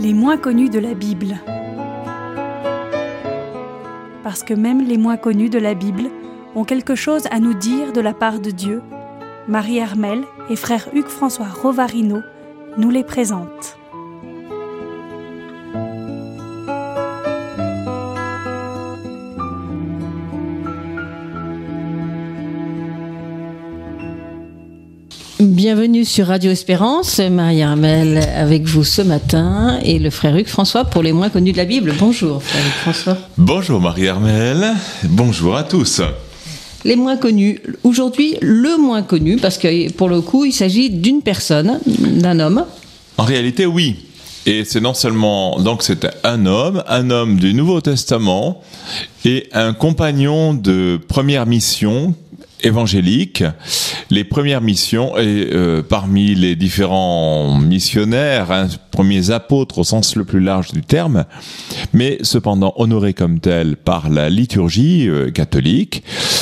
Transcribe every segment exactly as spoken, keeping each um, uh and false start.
Les moins connus de la Bible. Parce que même les moins connus de la Bible ont quelque chose à nous dire de la part de Dieu, Marie Armel et frère Hugues-François Rovarino nous les présentent. Bienvenue sur Radio Espérance, Marie Armel avec vous ce matin et le frère Hugues-François pour les moins connus de la Bible. Bonjour frère Hugues-François. Bonjour Marie Armel, bonjour à tous. Les moins connus, aujourd'hui le moins connu parce que pour le coup il s'agit d'une personne, d'un homme. En réalité oui, et c'est non seulement, donc c'est un homme, un homme du Nouveau Testament et un compagnon de première mission évangélique. Les premières missions, et euh, parmi les différents missionnaires, hein, premiers apôtres au sens le plus large du terme, mais cependant honorés comme tels par la liturgie euh, catholique,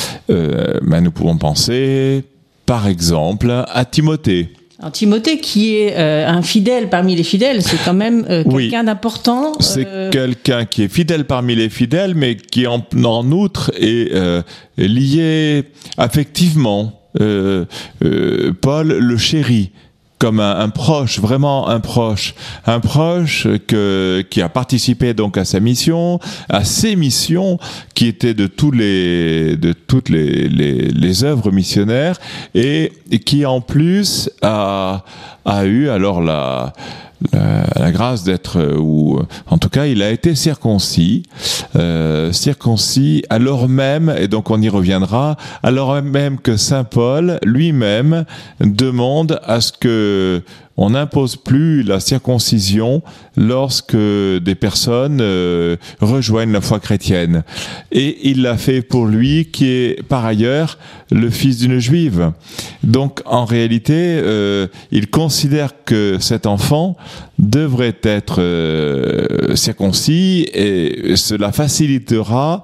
euh, ben nous pouvons penser, par exemple, à Timothée. Alors, Timothée, qui est euh, un fidèle parmi les fidèles, c'est quand même euh, quelqu'un oui, d'important. Euh... C'est quelqu'un qui est fidèle parmi les fidèles, mais qui en, en outre est, euh, est lié affectivement. Euh, euh, Paul le chérit comme un, un proche, vraiment un proche, un proche que, qui a participé donc à sa mission, à ses missions, qui étaient de tous les, de toutes les, les, les œuvres missionnaires, et, et qui en plus a, a eu alors la, la, la grâce d'être, ou en tout cas il a été circoncis, euh, circoncis alors même, et donc on y reviendra, alors même que saint Paul lui-même demande à ce que on n'impose plus la circoncision lorsque des personnes euh, rejoignent la foi chrétienne. Et il l'a fait pour lui qui est par ailleurs le fils d'une juive. Donc en réalité, euh, il considère que cet enfant devrait être euh, circoncis et cela facilitera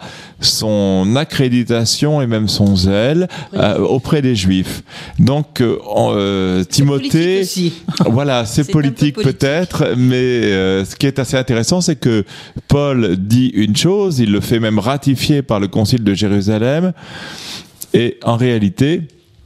son accréditation et même son zèle euh, auprès des Juifs. Donc euh, Timothée, voilà, c'est, c'est politique, politique peut-être, mais euh, ce qui est assez intéressant, c'est que Paul dit une chose, il le fait même ratifier par le Concile de Jérusalem, et en réalité,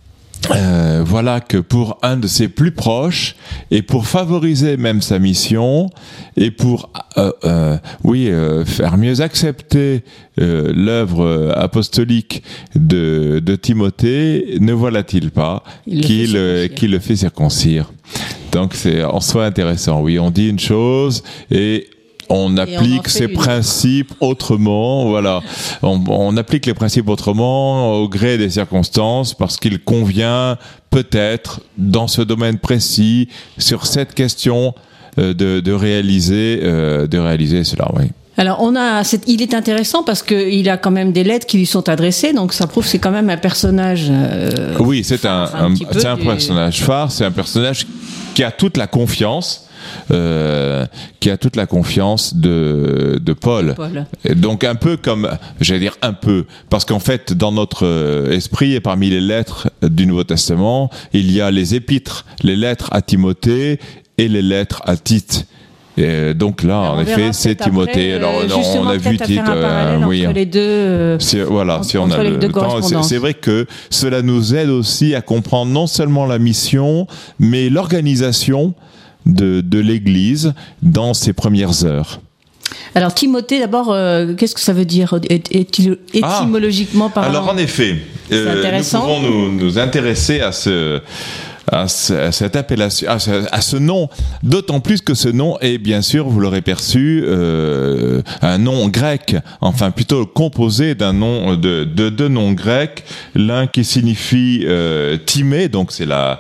Euh, voilà que pour un de ses plus proches et pour favoriser même sa mission et pour euh, euh, oui euh, faire mieux accepter euh, l'œuvre apostolique de, de Timothée, ne voilà-t-il pas il qu'il le qu'il le fait circoncire. Donc c'est en soi intéressant. Oui, on dit une chose et on applique ces principes autrement, voilà. On, on applique les principes autrement au gré des circonstances parce qu'il convient peut-être dans ce domaine précis, sur cette question, euh, de, de réaliser, euh, de réaliser cela, oui. Alors, on a, c'est, il est intéressant parce que il a quand même des lettres qui lui sont adressées, donc ça prouve que c'est quand même un personnage. Euh, oui, c'est un, un, un c'est un du... personnage phare, c'est un personnage qui a toute la confiance. Euh, qui a toute la confiance de, de Paul. Paul. Et donc un peu comme, j'allais dire un peu, parce qu'en fait dans notre esprit et parmi les lettres du Nouveau Testament, il y a les épîtres, les lettres à Timothée et les lettres à Tite. Et donc là, alors en effet, c'est Timothée. Après, alors on, on a vu Tite. Euh, oui. Entre les deux. Euh, c'est, voilà, entre, si on a le, le temps, c'est, c'est vrai que cela nous aide aussi à comprendre non seulement la mission, mais l'organisation de, de l'Église dans ses premières heures. Alors Timothée, d'abord, euh, qu'est-ce que ça veut dire étymologiquement ah, parlant? Alors en effet, euh, nous pouvons nous, nous intéresser à ce... À, ce, à cette appellation, à ce, à ce nom, d'autant plus que ce nom est, bien sûr, vous l'aurez perçu, euh, un nom grec, enfin plutôt composé d'un nom de de deux noms grecs, l'un qui signifie euh, timé, donc c'est la,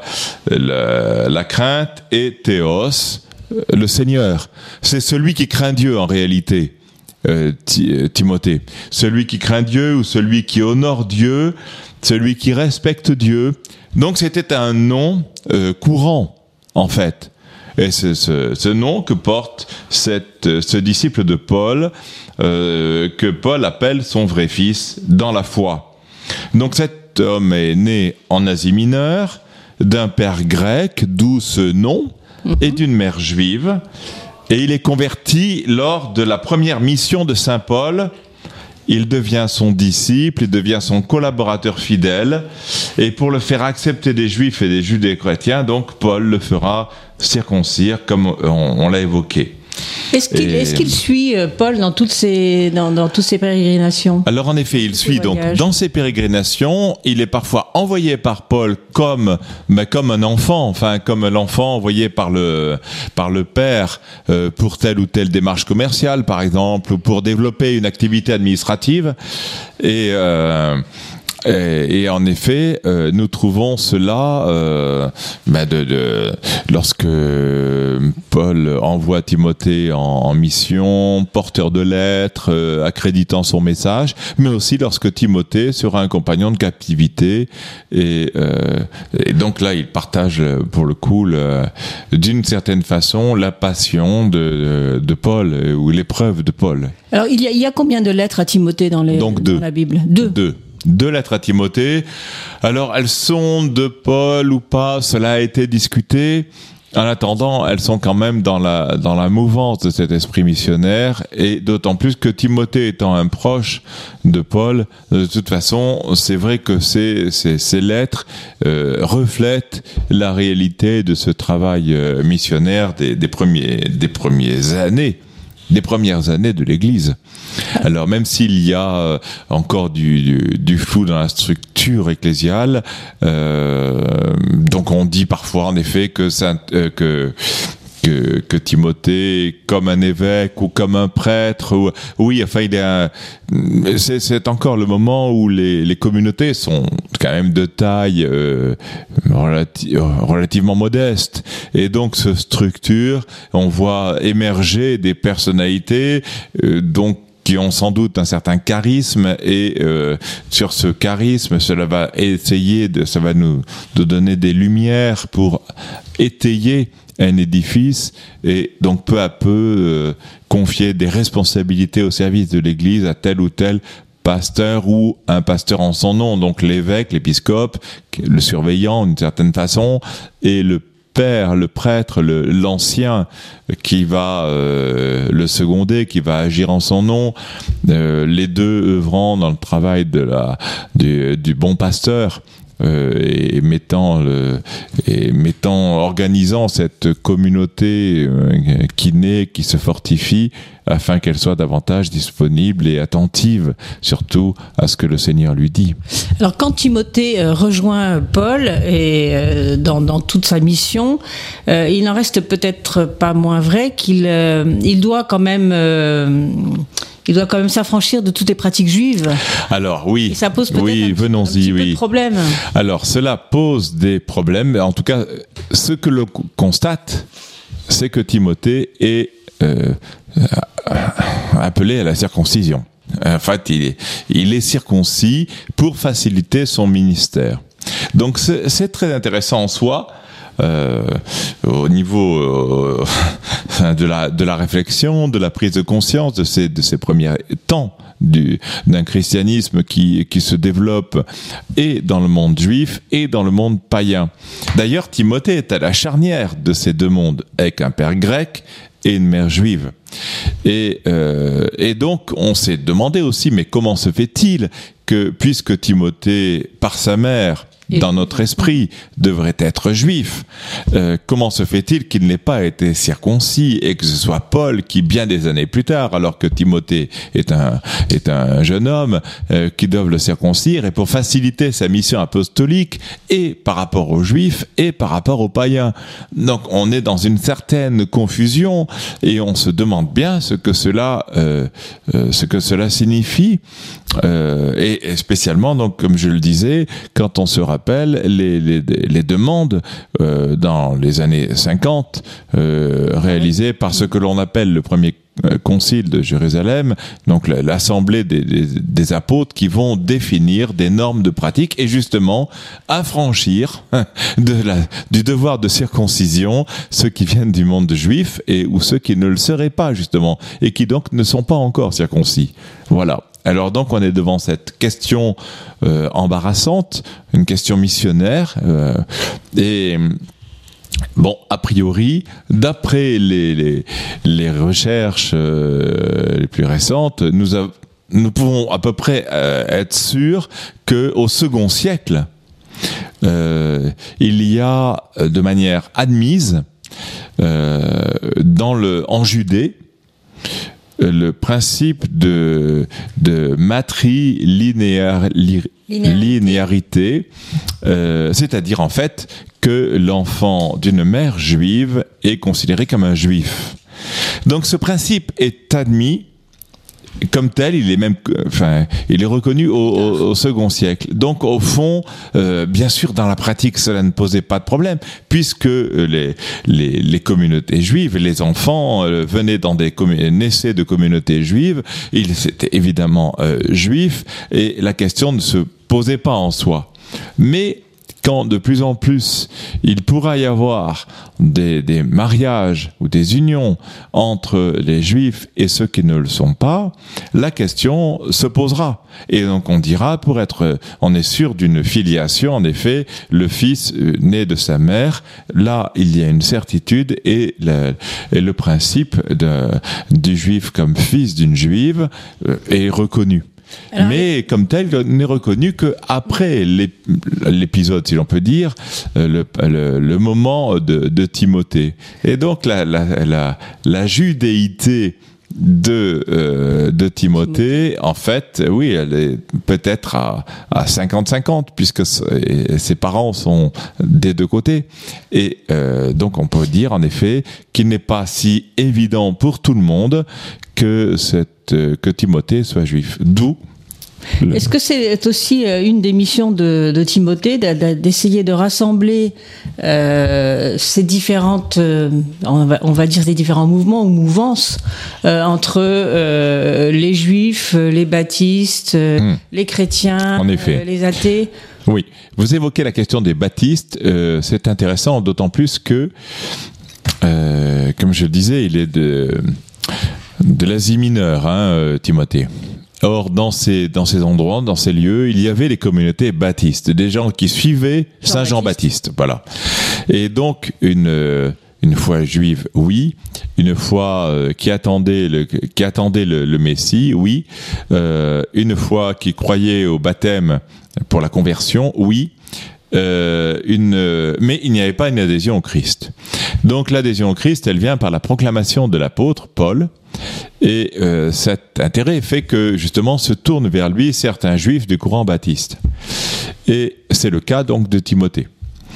la la crainte, et théos, le Seigneur. C'est celui qui craint Dieu en réalité. Euh, Timothée, celui qui craint Dieu ou celui qui honore Dieu, celui qui respecte Dieu. Donc c'était un nom euh, courant en fait, et c'est ce, ce nom que porte cette, ce disciple de Paul, euh, que Paul appelle son vrai fils dans la foi. Donc cet homme est né en Asie mineure, d'un père grec, d'où ce nom, mm-hmm. et d'une mère juive. Et il est converti lors de la première mission de saint Paul. Il devient son disciple, il devient son collaborateur fidèle. Et pour le faire accepter des Juifs et des Judéo-chrétiens, donc Paul le fera circoncire, comme on, on l'a évoqué. Est-ce qu'il, Et... est-ce qu'il suit Paul dans toutes ses, dans, dans toutes ses pérégrinations ? Alors en effet, il suit donc dans ses pérégrinations. Il est parfois envoyé par Paul comme, mais comme un enfant, enfin comme l'enfant envoyé par le par le père euh, pour telle ou telle démarche commerciale, par exemple, ou pour développer une activité administrative. Et euh, Et, et en effet, euh, nous trouvons cela euh, ben de, de, lorsque Paul envoie Timothée en, en mission, porteur de lettres, euh, accréditant son message, mais aussi lorsque Timothée sera un compagnon de captivité. Et, euh, et donc là, il partage pour le coup, le, d'une certaine façon, la passion de, de Paul, ou l'épreuve de Paul. Alors, il y a, il y a combien de lettres à Timothée dans, les, donc, dans deux. la Bible ? Deux. Deux. Deux lettres à Timothée. Alors, elles sont de Paul ou pas, cela a été discuté. En attendant, elles sont quand même dans la, dans la mouvance de cet esprit missionnaire, et d'autant plus que Timothée étant un proche de Paul, de toute façon, c'est vrai que ces, ces, ces lettres euh, reflètent la réalité de ce travail euh, missionnaire des, des, premiers, des premières années. des premières années de l'Église. Alors même s'il y a euh, encore du, du, du flou dans la structure ecclésiale, euh, donc on dit parfois en effet que, Saint, euh, que Que, que Timothée, comme un évêque ou comme un prêtre, ou, oui, enfin, il est un, c'est, c'est encore le moment où les, les communautés sont quand même de taille euh, relati- relativement modeste, et donc se structure. On voit émerger des personnalités, euh, donc qui ont sans doute un certain charisme, et euh, sur ce charisme, cela va essayer de, ça va nous de donner des lumières pour étayer un édifice, et donc peu à peu euh, confier des responsabilités au service de l'Église à tel ou tel pasteur, ou un pasteur en son nom, donc l'évêque, l'épiscope, le surveillant d'une certaine façon, et le père, le prêtre, le, l'ancien qui va euh, le seconder, qui va agir en son nom, euh, les deux œuvrant dans le travail de la, du, du bon pasteur. Euh, et mettant le, et mettant, organisant cette communauté euh, qui naît, qui se fortifie, afin qu'elle soit davantage disponible et attentive, surtout à ce que le Seigneur lui dit. Alors, quand Timothée euh, rejoint Paul et euh, dans, dans toute sa mission, euh, il n'en reste peut-être pas moins vrai qu'il euh, il doit quand même euh, il doit quand même s'affranchir de toutes les pratiques juives. Alors oui, et ça pose peut-être oui, un, venons-y, un petit oui. peu de problème. Alors cela pose des problèmes. En tout cas, ce que l'on constate, c'est que Timothée est euh, appelé à la circoncision. En fait, il est, il est circoncis pour faciliter son ministère. Donc c'est, c'est très intéressant en soi. Euh, au niveau euh, de la de la réflexion, de la prise de conscience de ces de ces premiers temps du d'un christianisme qui qui se développe et dans le monde juif et dans le monde païen. D'ailleurs, Timothée est à la charnière de ces deux mondes, avec un père grec et une mère juive. Et euh, et donc on s'est demandé aussi, mais comment se fait-il que, puisque Timothée par sa mère, dans notre esprit, devrait être juif, euh, comment se fait-il qu'il n'ait pas été circoncis, et que ce soit Paul qui, bien des années plus tard, alors que Timothée est un, est un jeune homme, euh, qui doivent le circoncire, et pour faciliter sa mission apostolique, et par rapport aux juifs, et par rapport aux païens. Donc on est dans une certaine confusion, et on se demande bien ce que cela, euh, euh, ce que cela signifie, euh, et, et spécialement, donc, comme je le disais, quand on se rappelle les, les, les demandes euh, dans les années cinquante euh, réalisées par ce que l'on appelle le premier concile de Jérusalem, donc l'assemblée des, des, des apôtres, qui vont définir des normes de pratique et justement affranchir de la, du devoir de circoncision ceux qui viennent du monde juif, et ou ceux qui ne le seraient pas justement, et qui donc ne sont pas encore circoncis. Voilà. Alors donc on est devant cette question euh, embarrassante, une question missionnaire, euh, et Bon, a priori, d'après les, les, les recherches euh, les plus récentes, nous, a, nous pouvons à peu près euh, être sûrs qu'au second siècle, euh, il y a de manière admise euh, dans le, en Judée le principe de, de matrilinéarité, linéarité, euh, c'est-à-dire en fait que l'enfant d'une mère juive est considéré comme un juif. Donc ce principe est admis comme tel, il est même, enfin, il est reconnu au, au, au second siècle. Donc, au fond, euh, bien sûr, dans la pratique, cela ne posait pas de problème, puisque les les, les communautés juives, les enfants euh, venaient dans des commun- naissaient de communautés juives, ils étaient évidemment euh, juifs, et la question ne se posait pas en soi. Mais quand de plus en plus il pourra y avoir des, des mariages ou des unions entre les juifs et ceux qui ne le sont pas, la question se posera. Et donc on dira, pour être, on est sûr d'une filiation, en effet, le fils né de sa mère, là il y a une certitude, et le, et le principe de, du juif comme fils d'une juive est reconnu. Alors, mais comme tel, n'est reconnu qu'après l'épisode, si l'on peut dire, le, le, le moment de, de Timothée. Et donc la, la, la, la judéité de, euh, de Timothée, en fait, oui, elle est peut-être à, à cinquante cinquante, puisque ses parents sont des deux côtés. Et euh, donc on peut dire, en effet, qu'il n'est pas si évident pour tout le monde que, cette, que Timothée soit juif. D'où Le... Est-ce que c'est aussi une des missions de, de Timothée, d'essayer de rassembler euh, ces différentes, euh, on, va, on va dire des différents mouvements ou mouvances euh, entre euh, les juifs, les baptistes, euh, mmh. les chrétiens, en effet. Euh, les athées? Oui, vous évoquez la question des baptistes, euh, c'est intéressant, d'autant plus que, euh, comme je le disais, il est de, de l'Asie mineure, hein, Timothée. Or, dans ces, dans ces endroits, dans ces lieux, il y avait les communautés baptistes, des gens qui suivaient Saint Jean-Baptiste, voilà. Et donc, une, une foi juive, oui. Une foi euh, qui attendait le, qui attendait le, le Messie, oui. Euh, une foi qui croyait au baptême pour la conversion, oui. Euh, une, mais il n'y avait pas une adhésion au Christ. Donc l'adhésion au Christ, elle vient par la proclamation de l'apôtre Paul, et euh, cet intérêt fait que justement se tournent vers lui certains juifs du courant baptiste. Et c'est le cas donc de Timothée.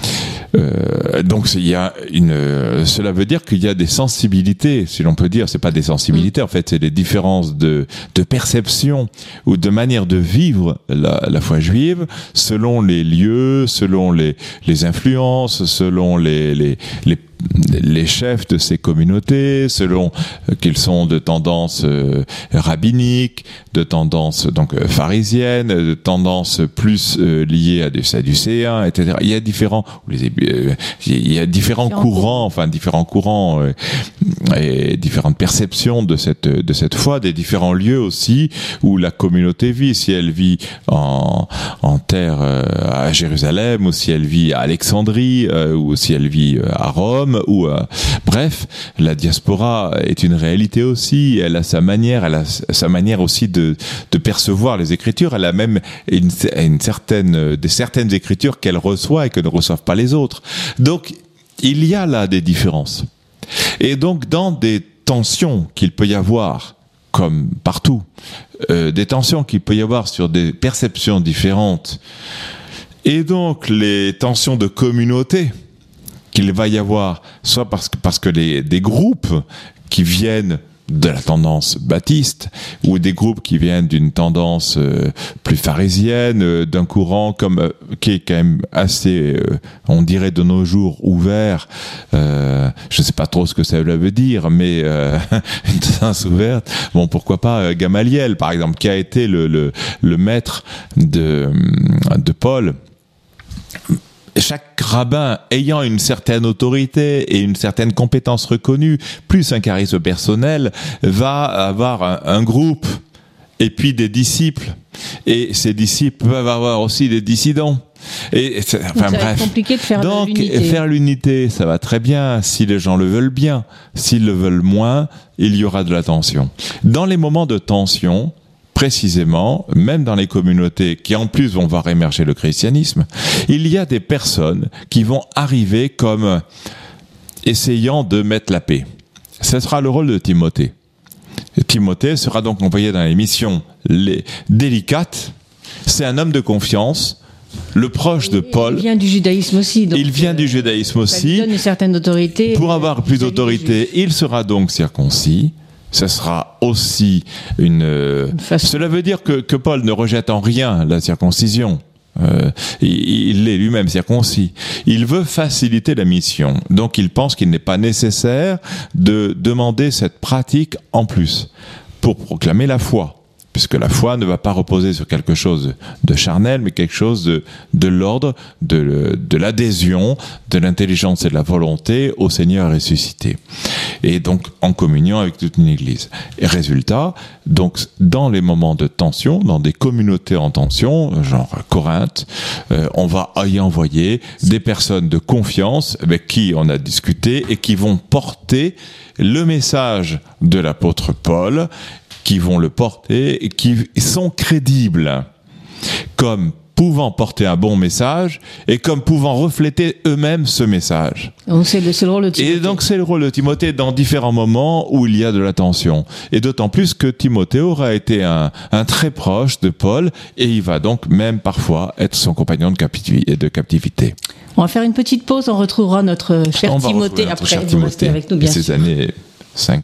Euh, donc il y a une, euh, cela veut dire qu'il y a des sensibilités, si l'on peut dire, c'est pas des sensibilités, en fait, c'est des différences de, de perception ou de manière de vivre la, la foi juive selon les lieux, selon les, les influences, selon les, les, les les chefs de ces communautés, selon qu'ils sont de tendance euh, rabbinique, de tendance donc euh, pharisienne, de tendance plus euh, liée à des sadducéens, et cetera. Il y a différents, les, euh, il y a différents courants, enfin différents courants euh, et différentes perceptions de cette de cette foi, des différents lieux aussi où la communauté vit. Si elle vit en en terre euh, à Jérusalem, ou si elle vit à Alexandrie, euh, ou si elle vit à Rome. Ou euh, bref, la diaspora est une réalité aussi. Elle a sa manière, elle a sa manière aussi de, de percevoir les Écritures. Elle a même une, une certaine, des certaines Écritures qu'elle reçoit et que ne reçoivent pas les autres. Donc, il y a là des différences. Et donc, dans des tensions qu'il peut y avoir, comme partout, euh, des tensions qu'il peut y avoir sur des perceptions différentes, et donc les tensions de communauté qu'il va y avoir, soit parce que, parce que les, des groupes qui viennent de la tendance baptiste, ou des groupes qui viennent d'une tendance euh, plus pharisienne, euh, d'un courant comme euh, qui est quand même assez, euh, on dirait de nos jours, ouvert. Euh, je ne sais pas trop ce que ça veut dire, mais euh, une tendance ouverte. Bon, pourquoi pas euh, Gamaliel, par exemple, qui a été le, le, le maître de, de Paul. Chaque rabbin ayant une certaine autorité et une certaine compétence reconnue, plus un charisme personnel, va avoir un, un groupe et puis des disciples. Et ces disciples peuvent avoir aussi des dissidents. Et c'est, enfin, ça va bref. être compliqué de faire Donc, l'unité. faire l'unité, ça va très bien si les gens le veulent bien. S'ils le veulent moins, il y aura de la tension. Dans les moments de tension, précisément, même dans les communautés qui en plus vont voir émerger le christianisme, il y a des personnes qui vont arriver comme essayant de mettre la paix. Ce sera le rôle de Timothée. Et Timothée sera donc envoyé dans les missions les délicates. C'est un homme de confiance, le proche de Paul. Il vient du judaïsme aussi. Donc il vient du judaïsme ça aussi. lui donne une certaine autorité. Pour avoir plus d'autorité, il sera donc circoncis. Ce sera aussi une... une Cela veut dire que, que Paul ne rejette en rien la circoncision. Euh, il l'est lui-même circoncis. Il veut faciliter la mission. Donc il pense qu'il n'est pas nécessaire de demander cette pratique en plus pour proclamer la foi. Puisque la foi ne va pas reposer sur quelque chose de charnel, mais quelque chose de, de l'ordre, de, de l'adhésion, de l'intelligence et de la volonté au Seigneur ressuscité. Et donc en communion avec toute une Église. Et résultat, donc dans les moments de tension, dans des communautés en tension, genre Corinthe, euh, on va y envoyer des personnes de confiance avec qui on a discuté et qui vont porter le message de l'apôtre Paul, qui vont le porter et qui sont crédibles comme pouvant porter un bon message et comme pouvant refléter eux-mêmes ce message. Donc c'est le, c'est le rôle de Timothée. Et donc c'est le rôle de Timothée dans différents moments où il y a de la tension. Et d'autant plus que Timothée aura été un, un très proche de Paul et il va donc même parfois être son compagnon de, captivi- de captivité. On va faire une petite pause, on retrouvera notre cher on Timothée notre après. Cher Vous Timothée restez avec nous bien ces sûr. années cinq.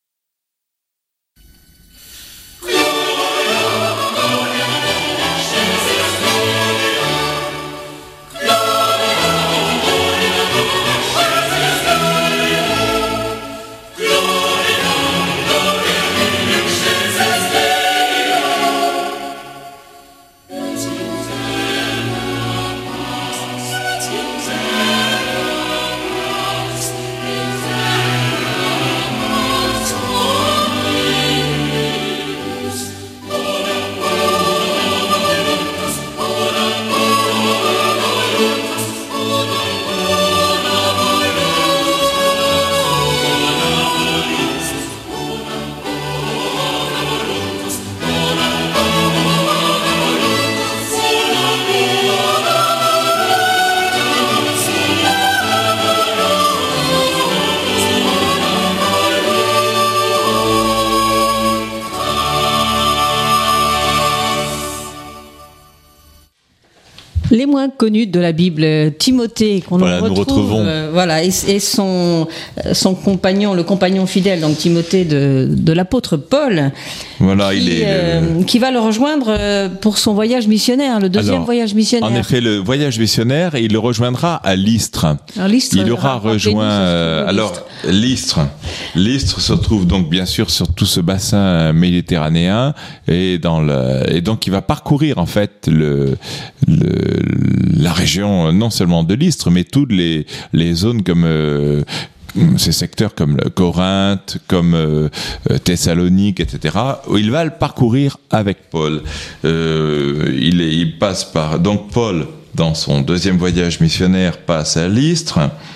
Les moins connus de la Bible, Timothée, qu'on voilà, retrouve, nous retrouvons. Euh, voilà, et, et son, son compagnon, le compagnon fidèle, donc Timothée de, de l'apôtre Paul, voilà, qui, il est euh, le... qui va le rejoindre pour son voyage missionnaire, le deuxième Alors, voyage missionnaire. En effet, le voyage missionnaire, il le rejoindra à Lystre. Alors, Lystre, il aura rejoint. Euh, alors, Lystre. Lystre se trouve donc bien sûr sur tout ce bassin méditerranéen et dans le, et donc il va parcourir en fait le, le la région non seulement de Lystre, mais toutes les les zones comme euh, ces secteurs comme le Corinthe, comme euh, Thessalonique, et cetera, où il va le parcourir avec Paul. Euh, il, il passe par donc Paul dans son deuxième voyage missionnaire passe à Lystre.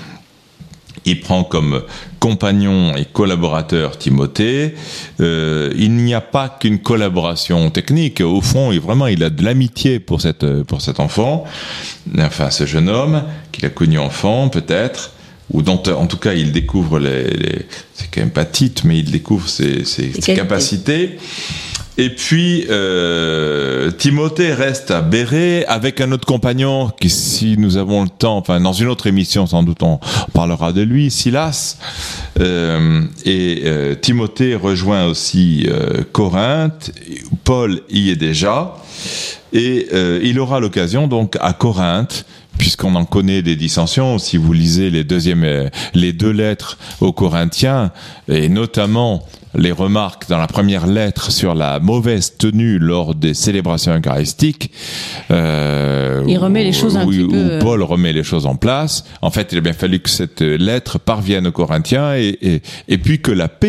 Il prend comme compagnon et collaborateur Timothée. Euh, il n'y a pas qu'une collaboration technique. Au fond, il, vraiment, il a de l'amitié pour cette pour cet enfant, enfin ce jeune homme qu'il a connu enfant peut-être, ou dont en tout cas il découvre les, les c'est quand même pas Tite, mais il découvre ses, ses, ses capacités. Et puis, euh, Timothée reste à Bérée avec un autre compagnon qui, si nous avons le temps, enfin dans une autre émission sans doute on parlera de lui, Silas. Euh, et euh, Timothée rejoint aussi euh, Corinthe. Paul y est déjà. Et euh, il aura l'occasion donc à Corinthe, puisqu'on en connaît des dissensions, si vous lisez les, deuxièmes, les deux lettres aux Corinthiens, et notamment les remarques dans la première lettre sur la mauvaise tenue lors des célébrations eucharistiques, euh, il remet les choses un où, petit où peu... Paul remet les choses en place. En fait, il a bien fallu que cette lettre parvienne aux Corinthiens et, et, et puis que la paix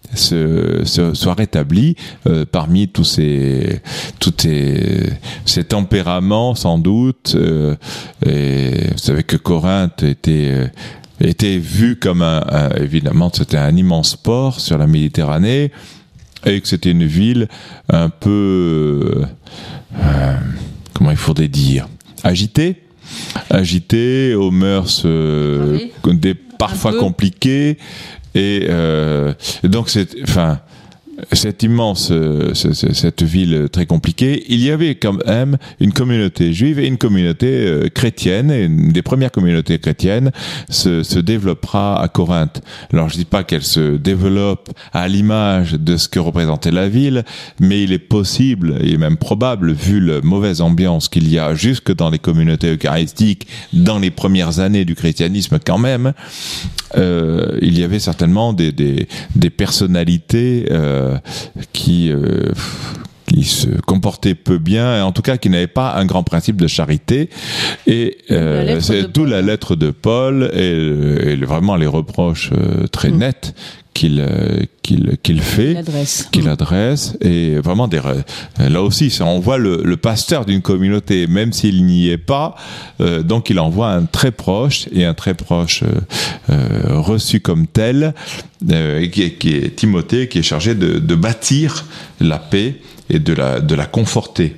se, se, soit rétabli euh, parmi tous ces, tous ces, ces tempéraments, sans doute. Euh, et vous savez que Corinthe était... Euh, était vu comme un, un, évidemment, c'était un immense port sur la Méditerranée, et que c'était une ville un peu, euh, comment il faudrait dire, agitée, agitée, aux mœurs euh, oui. des, parfois compliquées, et euh, donc c'est, enfin, cette immense, euh, cette ville très compliquée, il y avait quand même une communauté juive et une communauté euh, chrétienne, et une des premières communautés chrétiennes se, se développera à Corinthe. Alors je dis pas qu'elle se développe à l'image de ce que représentait la ville, mais il est possible et même probable, vu la mauvaise ambiance qu'il y a jusque dans les communautés eucharistiques, dans les premières années du christianisme quand même, euh, il y avait certainement des, des, des personnalités euh, qui, euh, qui se comportaient peu bien, et en tout cas qui n'avaient pas un grand principe de charité. Et euh, c'est d'où la lettre de Paul et, et vraiment les reproches euh, très mmh. nets qu'il euh, qu'il qu'il fait, qu'il adresse, qu'il adresse et vraiment des là aussi on voit le, le pasteur d'une communauté, même s'il n'y est pas, euh, donc il envoie un très proche et un très proche euh, euh, reçu comme tel, euh, qui, est, qui est Timothée, qui est chargé de, de bâtir la paix et de la de la conforter.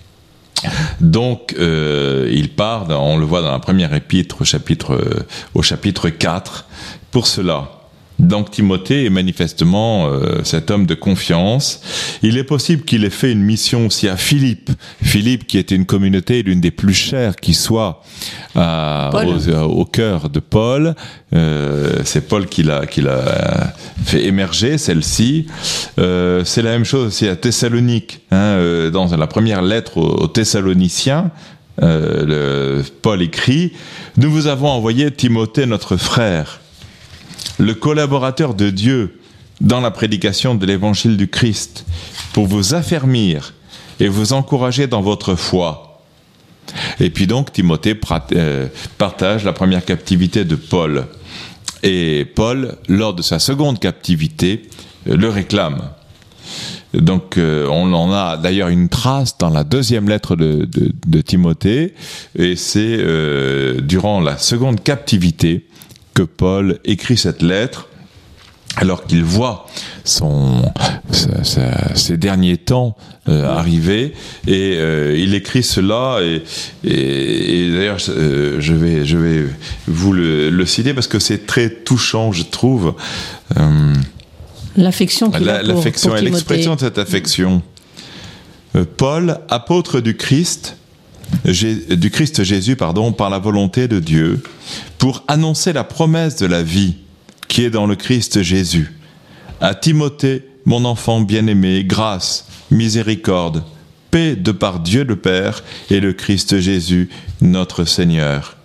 Donc euh, il part, on le voit dans la première épître au chapitre euh, au chapitre quatre pour cela. Donc Timothée est manifestement euh, cet homme de confiance. Il est possible qu'il ait fait une mission aussi à Philippe. Philippe, qui était une communauté l'une des plus chères qui soit euh, au, euh, au cœur de Paul. Euh, c'est Paul qui l'a, qui l'a fait émerger, celle-ci. Euh, c'est la même chose aussi à Thessalonique. Hein, euh, dans la première lettre aux, aux Thessaloniciens, euh, le, Paul écrit « Nous vous avons envoyé Timothée, notre frère, le collaborateur de Dieu dans la prédication de l'évangile du Christ, pour vous affermir et vous encourager dans votre foi. » Et puis donc, Timothée partage la première captivité de Paul. Et Paul, lors de sa seconde captivité, le réclame. Donc, euh, on en a d'ailleurs une trace dans la deuxième lettre de, de, de Timothée, et c'est euh, durant la seconde captivité que Paul écrit cette lettre, alors qu'il voit son, sa, sa, ses derniers temps euh, arriver, et euh, il écrit cela, et, et, et d'ailleurs euh, je vais, je vais vous le, le citer parce que c'est très touchant, je trouve. Euh, l'affection qu'il la, a pour, l'affection pour et l'expression de cette affection. Euh, Paul, apôtre du Christ, du Christ Jésus, pardon, par la volonté de Dieu, pour annoncer la promesse de la vie qui est dans le Christ Jésus. À Timothée, mon enfant bien-aimé, grâce, miséricorde, paix de par Dieu le Père et le Christ Jésus, notre Seigneur.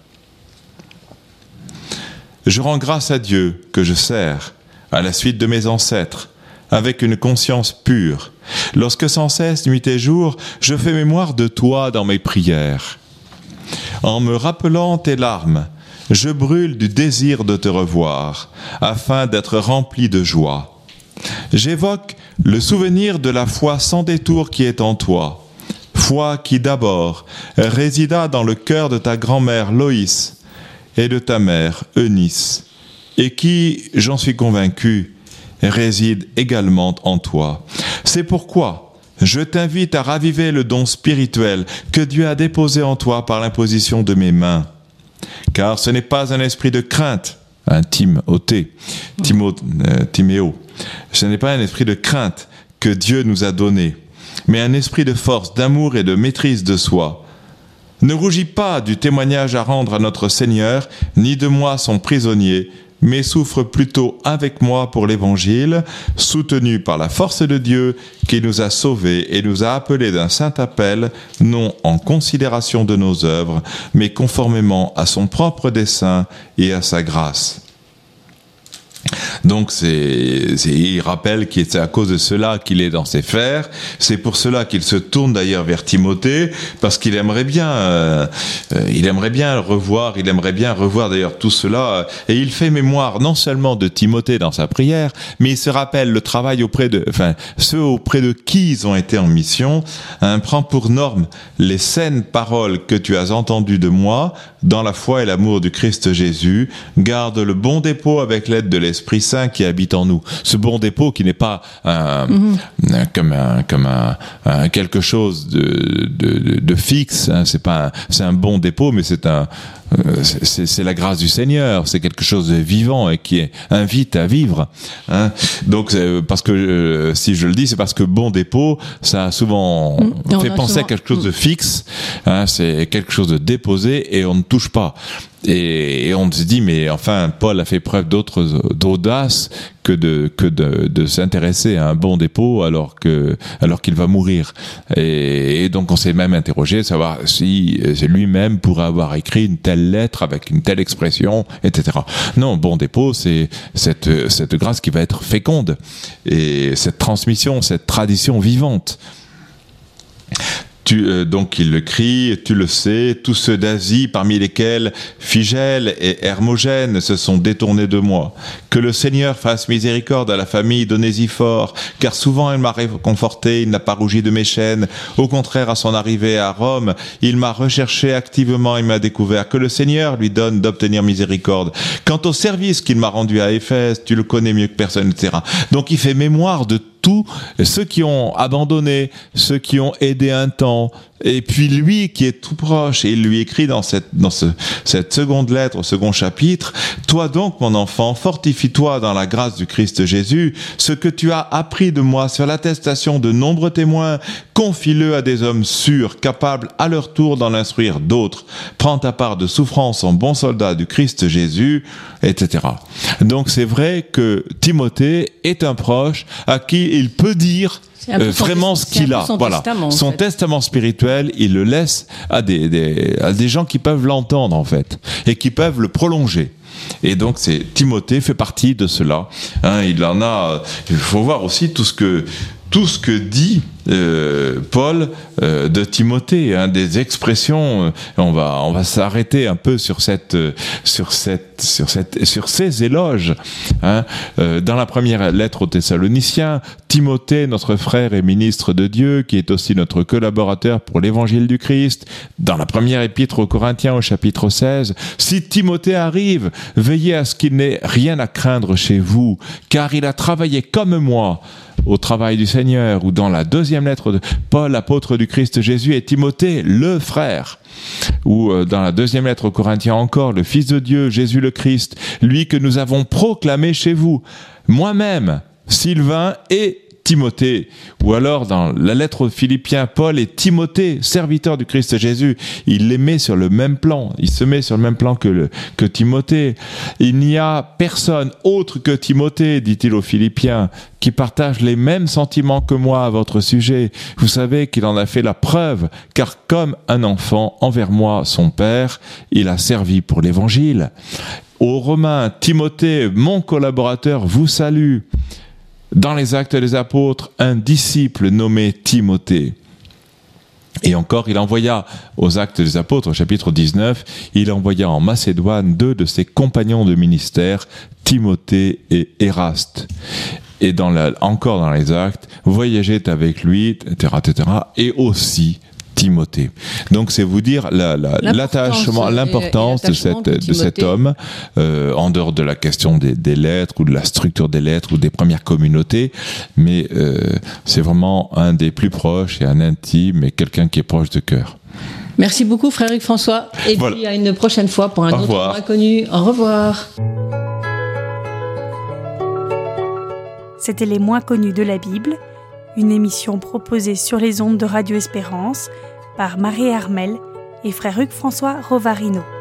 Je rends grâce à Dieu que je sers, à la suite de mes ancêtres, avec une conscience pure, lorsque sans cesse, nuit et jour, je fais mémoire de toi dans mes prières. En me rappelant tes larmes, je brûle du désir de te revoir, afin d'être rempli de joie. J'évoque le souvenir de la foi sans détour qui est en toi, foi qui d'abord résida dans le cœur de ta grand-mère Loïs et de ta mère Eunice, et qui, j'en suis convaincu, réside également en toi. C'est pourquoi je t'invite à raviver le don spirituel que Dieu a déposé en toi par l'imposition de mes mains. Car ce n'est pas un esprit de crainte, un Timothée, Timo, euh, Timéo, ce n'est pas un esprit de crainte que Dieu nous a donné, mais un esprit de force, d'amour et de maîtrise de soi. Ne rougis pas du témoignage à rendre à notre Seigneur, ni de moi son prisonnier, mais souffre plutôt avec moi pour l'Évangile, soutenu par la force de Dieu qui nous a sauvés et nous a appelés d'un saint appel, non en considération de nos œuvres, mais conformément à son propre dessein et à sa grâce. Donc c'est, c'est, il rappelle que c'est à cause de cela qu'il est dans ces fers. C'est pour cela qu'il se tourne d'ailleurs vers Timothée, parce qu'il aimerait bien, euh, il aimerait bien le revoir, il aimerait bien revoir d'ailleurs tout cela. Et il fait mémoire non seulement de Timothée dans sa prière, mais il se rappelle le travail auprès de, enfin, ceux auprès de qui ils ont été en mission. Hein, prends pour norme les saines paroles que tu as entendues de moi dans la foi et l'amour du Christ Jésus. Garde le bon dépôt avec l'aide de l'Esprit Saint qui habite en nous. Ce bon dépôt qui n'est pas un, mm-hmm. un, comme un, comme un, un quelque chose de, de, de fixe. Hein. C'est pas, un, c'est un bon dépôt, mais c'est un, c'est, c'est la grâce du Seigneur. C'est quelque chose de vivant et qui invite à vivre. Hein. Donc, parce que euh, si je le dis, c'est parce que bon dépôt, ça a souvent mmh. fait penser souvent... à quelque chose de fixe. Hein. C'est quelque chose de déposé et on ne touche pas. Et, et on se dit, mais enfin, Paul a fait preuve d'autres, d'audace que de que de, de s'intéresser à un bon dépôt alors que alors qu'il va mourir. Et, et donc on s'est même interrogé, savoir si lui-même pourrait avoir écrit une telle lettre avec une telle expression, et cetera. Non, bon dépôt, c'est cette cette grâce qui va être féconde et cette transmission, cette tradition vivante. Tu, euh, donc il le crie, tu le sais, tous ceux d'Asie, parmi lesquels Phygèle et Hermogène se sont détournés de moi. Que le Seigneur fasse miséricorde à la famille d'Onésifore, car souvent il m'a réconforté, il n'a pas rougi de mes chaînes. Au contraire, à son arrivée à Rome, il m'a recherché activement et m'a découvert. Que le Seigneur lui donne d'obtenir miséricorde. Quant au service qu'il m'a rendu à Éphèse, tu le connais mieux que personne, et cetera. Donc il fait mémoire de tous ceux qui ont abandonné, ceux qui ont aidé un temps, et puis lui qui est tout proche, et il lui écrit dans cette, dans ce, cette seconde lettre, au second chapitre, « Toi donc, mon enfant, fortifie-toi dans la grâce du Christ Jésus, ce que tu as appris de moi sur l'attestation de nombreux témoins, confie-le à des hommes sûrs, capables à leur tour d'en instruire d'autres. Prends ta part de souffrance en bon soldat du Christ Jésus, et cetera. Donc c'est vrai que Timothée est un proche à qui il peut dire euh, vraiment ce qu'il a. Voilà. Testament, son fait. testament spirituel, il le laisse à des, des, à des gens qui peuvent l'entendre en fait et qui peuvent le prolonger. Et donc c'est Timothée fait partie de cela. Hein, il en a. Il faut voir aussi tout ce que tout ce que dit euh, Paul euh, de Timothée, hein, des expressions. Euh, on va on va s'arrêter un peu sur cette euh, sur cette sur cette sur ces éloges. Hein. Euh, dans la première lettre aux Thessaloniciens, Timothée, notre frère et ministre de Dieu, qui est aussi notre collaborateur pour l'évangile du Christ. Dans la première épître aux Corinthiens, au chapitre seize, si Timothée arrive, veillez à ce qu'il n'ait rien à craindre chez vous, car il a travaillé comme moi au travail du Seigneur. Ou dans la deuxième lettre de Paul, apôtre du Christ Jésus, et Timothée, le frère. Ou euh, dans la deuxième lettre aux Corinthiens encore, le Fils de Dieu, Jésus le Christ, lui que nous avons proclamé chez vous, moi-même, Sylvain et Timothée. Ou alors dans la lettre aux Philippiens, Paul et Timothée, serviteurs du Christ Jésus, il les met sur le même plan, il se met sur le même plan que, le, que Timothée. Il n'y a personne autre que Timothée, dit-il aux Philippiens, qui partage les mêmes sentiments que moi à votre sujet. Vous savez qu'il en a fait la preuve, car comme un enfant envers moi, son père, il a servi pour l'évangile. Aux Romains, Timothée, mon collaborateur, vous salue. Dans les Actes des Apôtres, un disciple nommé Timothée. Et encore, il envoya aux Actes des Apôtres, au chapitre dix-neuf, il envoya en Macédoine deux de ses compagnons de ministère, Timothée et Éraste. Et dans la, encore dans les Actes, voyageait avec lui, et cetera, et cetera, et aussi Timothée. Donc c'est vous dire la, la, l'attachement, l'importance de, cette, de, de cet homme, euh, en dehors de la question des, des lettres ou de la structure des lettres ou des premières communautés, mais euh, c'est vraiment un des plus proches et un intime et quelqu'un qui est proche de cœur. Merci beaucoup Frédéric François, et voilà. Puis à une prochaine fois pour un Au autre revoir. Inconnu. Au revoir. C'était Les Moins Connus de la Bible, une émission proposée sur les ondes de Radio Espérance par Marie Hermel et frère Hugues François Rovarino.